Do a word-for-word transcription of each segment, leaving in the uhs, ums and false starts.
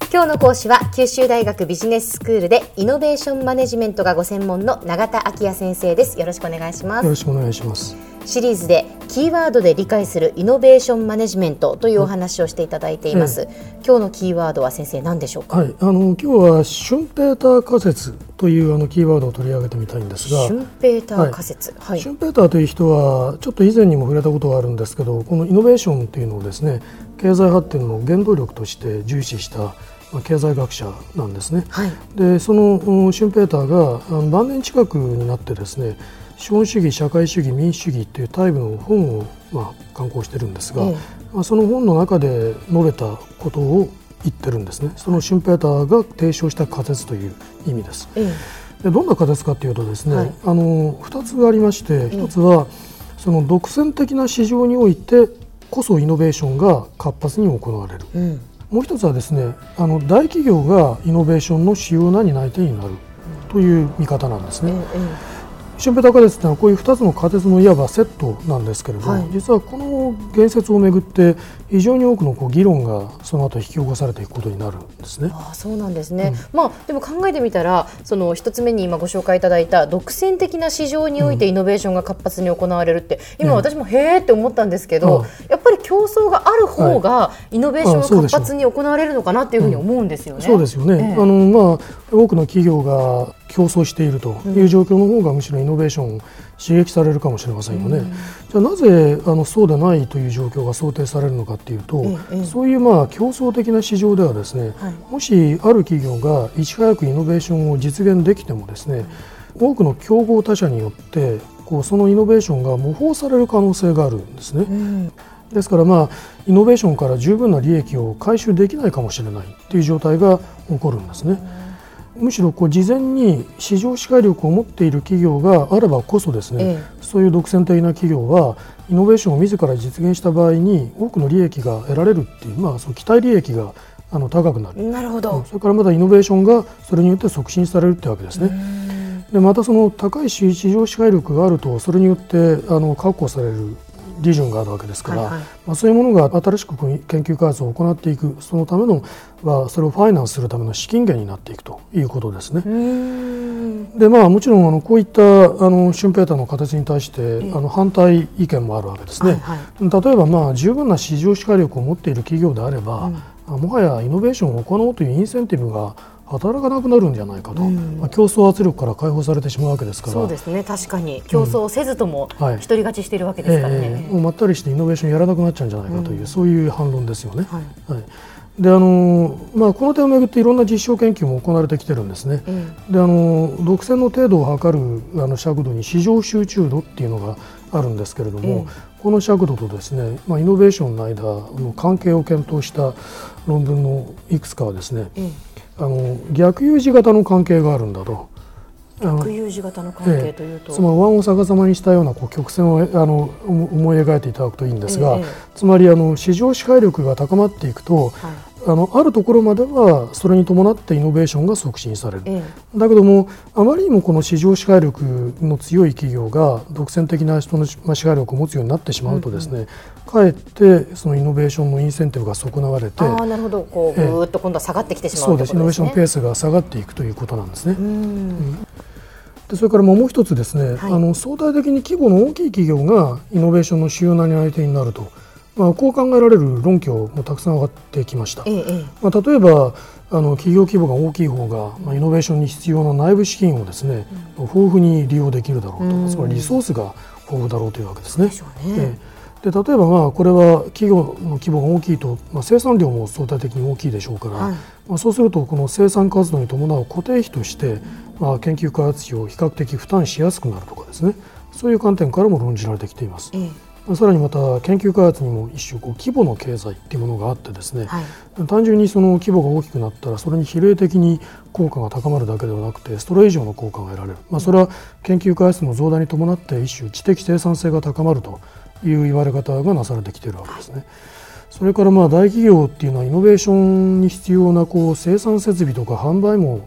今日の講師は九州大学ビジネススクールでイノベーションマネジメントがご専門の永田昭也先生です。よろしくお願いします。 よろしくお願いします。 シリーズでキーワードで理解するイノベーションマネジメントというお話をしていただいています、うん、今日のキーワードは先生何でしょうか。 はい、あの今日はシュンペーター仮説というあのキーワードを取り上げてみたいんですが、 シュンペーター仮説、はいはい、 シュンペーターという人はちょっと以前にも触れたことがあるんですけど、このイノベーションというのをですね、経済発展の原動力として重視した経済学者なんですね、はい、でそのシュンペーターが晩年近くになってですね、資本主義、社会主義、民主主義というタイプの本を、まあ、刊行しているんですが、ええまあ、その本の中で述べたことを言ってるんですね。そのシュンペーターが提唱した仮説という意味です、ええ、でどんな仮説かというとですね、はい、あのふたつありまして、ひとつはその独占的な市場においてこそイノベーションが活発に行われる、うん、もう一つはですね、あの大企業がイノベーションの主要な担い手になるという見方なんですね、うんうん。シュンペーター仮説というのはこういうふたつの仮説のいわばセットなんですけれども、はい、実はこの言説をめぐって非常に多くのこう議論がその後引き起こされていくことになるんですね。 ああ、そうなんですね、うんまあ、でも考えてみたら、そのひとつめに今ご紹介いただいた独占的な市場においてイノベーションが活発に行われるって、うん、今私もへーって思ったんですけど、うん、やっぱり競争がある方がイノベーションが活発に行われるのかなっていうふうに思うんですよね。 そうですよね、ええ、あのまあ、多くの企業が競争しているという状況の方がむしろイノベーションを刺激されるかもしれませんよね、うん、じゃあなぜあのそうでないという状況が想定されるのかというと、うん、そういうまあ競争的な市場ではですね、はい、もしある企業がいち早くイノベーションを実現できてもですね、うん、多くの競合他社によってこうそのイノベーションが模倣される可能性があるんですね、うん、ですから、まあ、イノベーションから十分な利益を回収できないかもしれないという状態が起こるんですね、うん、むしろこう事前に市場支配力を持っている企業があればこそですね、ええ、そういう独占的な企業はイノベーションを自ら実現した場合に多くの利益が得られるっていう、まあ、その期待利益があの高くなる。 なるほど。 それからまたイノベーションがそれによって促進されるってわけですね。でまたその高い市場支配力があるとそれによってあの確保される利潤があるわけですから、はいはい、まあ、そういうものが新しく研究開発を行っていく、そのための、まあ、それをファイナンスするための資金源になっていくということですね。うーんで、まあ、もちろんあのこういったあのシュンペーターの形に対して、ええ、あの反対意見もあるわけですね、はいはい、例えば、まあ、十分な市場支配力を持っている企業であれば、うん、もはやイノベーションを行おうというインセンティブが働かなくなるんじゃないかと、うん、まあ、競争圧力から解放されてしまうわけですから。 そうですね、確かに競争せずとも独り勝ちしているわけですからね、 はい、えー、もうまったりしてイノベーションやらなくなっちゃうんじゃないかという、うん、そういう反論ですよね、はいはい。であのまあ、この点をめぐっていろんな実証研究も行われてきてるんですね、うん、であの独占の程度を測るあの尺度に市場集中度っていうのがあるんですけれども、うん、この尺度とですね、まあ、イノベーションの間の関係を検討した論文のいくつかはですね、うん、あの逆 U 字型の関係があるんだと。 逆 U 字型の関係というと、 ええ、つまり湾を逆さまにしたようなこう曲線をあの思い描いていただくといいんですが、ええ、つまりあの市場支配力が高まっていくと、はい、あのあるところまではそれに伴ってイノベーションが促進される、ええ、だけどもあまりにもこの市場支配力の強い企業が独占的な人の支配力を持つようになってしまうとですね、うんうん、かえってそのイノベーションのインセンティブが損なわれて、 あ、なるほど、こうぐーっと今度は下がってきてしまうということですね。そうです、イノベーションペースが下がっていくということなんですね。うん、うんでそれからもう一つですね、はい、あの相対的に規模の大きい企業がイノベーションの主要な担い手になると、まあ、こう考えられる論拠もたくさん上がってきました、ええ、まあ、例えばあの企業規模が大きい方が、まあ、イノベーションに必要な内部資金をですね、うん、豊富に利用できるだろうと、うん、つまりリソースが豊富だろうというわけですね。で例えばまあこれは企業の規模が大きいと、まあ、生産量も相対的に大きいでしょうから、はい、まあ、そうするとこの生産活動に伴う固定費として、まあ、研究開発費を比較的負担しやすくなるとかですね、そういう観点からも論じられてきています、ええ、さらにまた研究開発にも一種こう規模の経済というものがあってですね、はい、単純にその規模が大きくなったらそれに比例的に効果が高まるだけではなくてそれ以上の効果が得られる、まあ、それは研究開発の増大に伴って一種知的生産性が高まるという言われ方がなされてきているわけですね。それからまあ大企業っていうのはイノベーションに必要なこう生産設備とか販売網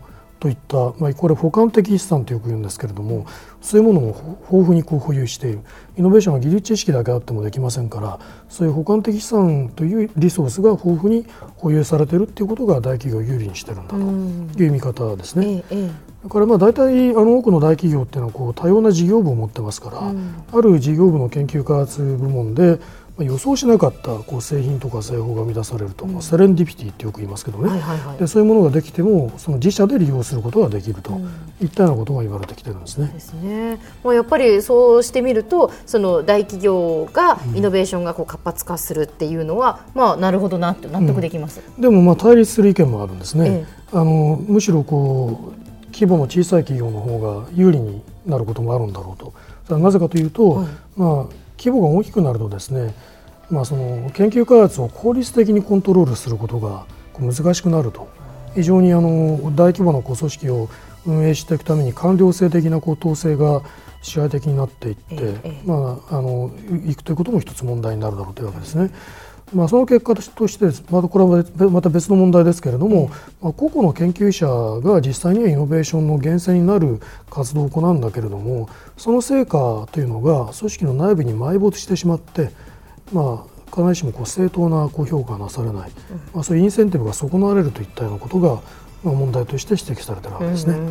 といった、まあ、これ補完的資産とよく言うんですけれども、そういうものを豊富にこう保有している。イノベーションは技術知識だけあってもできませんから、そういう補完的資産というリソースが豊富に保有されているということが大企業を有利にしているんだという見方ですね。ええ、だからまあ大体あの多くの大企業っていうのはこう多様な事業部を持ってますから、うん、ある事業部の研究開発部門で予想しなかったこう製品とか製法が生み出されると、うん、セレンディピティってよく言いますけどね、はいはいはい、でそういうものができてもその自社で利用することができると、うん、いったようなことが言われてきてるんですね。 ですね。もうやっぱりそうしてみるとその大企業がイノベーションがこう活発化するっていうのは、うん、まあ、なるほどなって納得できます、 うん、でもまあ対立する意見もあるんですね、ええ、あのむしろこう規模の小さい企業の方が有利になることもあるんだろうと。それはなぜかというと、はい、まあ、規模が大きくなるとですね、まあ、その研究開発を効率的にコントロールすることが難しくなると。非常にあの大規模な組織を運営していくために官僚制的な統制が支配的になっていって、ええ、まあ、あのいくということも一つ問題になるだろうというわけですね。まあ、その結果として、またこれはまた別の問題ですけれども、まあ、個々の研究者が実際にはイノベーションの源泉になる活動を行うんだけれども、その成果というのが組織の内部に埋没してしまって、まあ、必ずしもこう正当なこう評価がなされない、まあ、そういうインセンティブが損なわれるといったようなことが、まあ、問題として指摘されているわけですね。うん、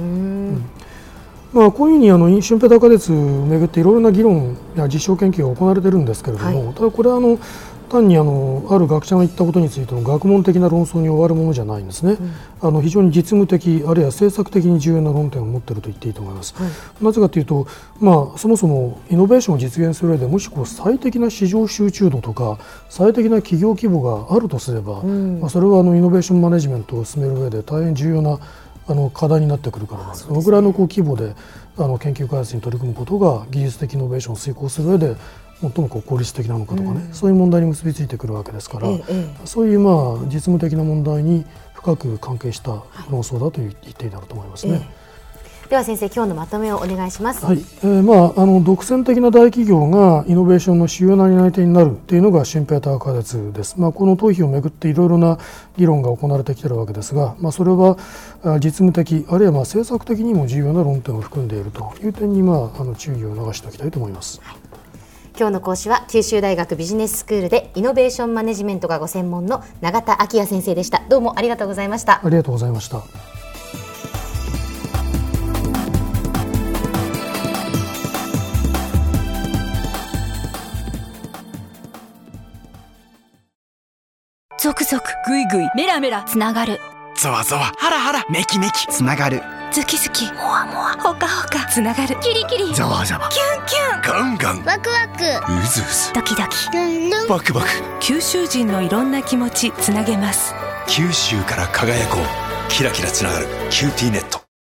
まあ、こういうふうにあのシュンペーター仮説をめぐっていろいろな議論や実証研究が行われているんですけれども、はい、ただこれはあの単にあのある学者が言ったことについての学問的な論争に終わるものじゃないんですね、うん、あの非常に実務的あるいは政策的に重要な論点を持っていると言っていいと思います、はい、なぜかというと、まあ、そもそもイノベーションを実現する上でもしこう最適な市場集中度とか最適な企業規模があるとすれば、うん、まあ、それはあのイノベーションマネジメントを進める上で大変重要なあの課題になってくるからなんです。そのぐらいのこう規模であの研究開発に取り組むことが技術的イノベーションを遂行する上で最もこう効率的なのかとかね、うん、そういう問題に結びついてくるわけですから、ええ、そういうまあ実務的な問題に深く関係した論争だと言っていいだろうと思いますね。 ええ、では先生、今日のまとめをお願いします。 はい、えーまあ、あの独占的な大企業がイノベーションの主要な担い手になるというのがシュンペーター仮説です。まあ、この逃避をめぐっていろいろな議論が行われてきているわけですが、まあ、それは実務的あるいはまあ政策的にも重要な論点を含んでいるという点に、まあ、あの注意を促しておきたいと思います。はい、 今日の講師は九州大学ビジネススクールでイノベーションマネジメントがご専門の永田昭也先生でした。どうもありがとうございました。 ありがとうございました。 ゾクゾクグイグイメラメラつながる、 ゾワゾワハラハラメキメキつながる、 ズキズキモワモワホカホカつながる、キリキリザワザワキュンキュンガンガンワクワクウズウズドキドキルンルンバクバク、 九州人のいろんな気持ちつなげます。 九州から輝こう、キラキラつながるキューティーネット。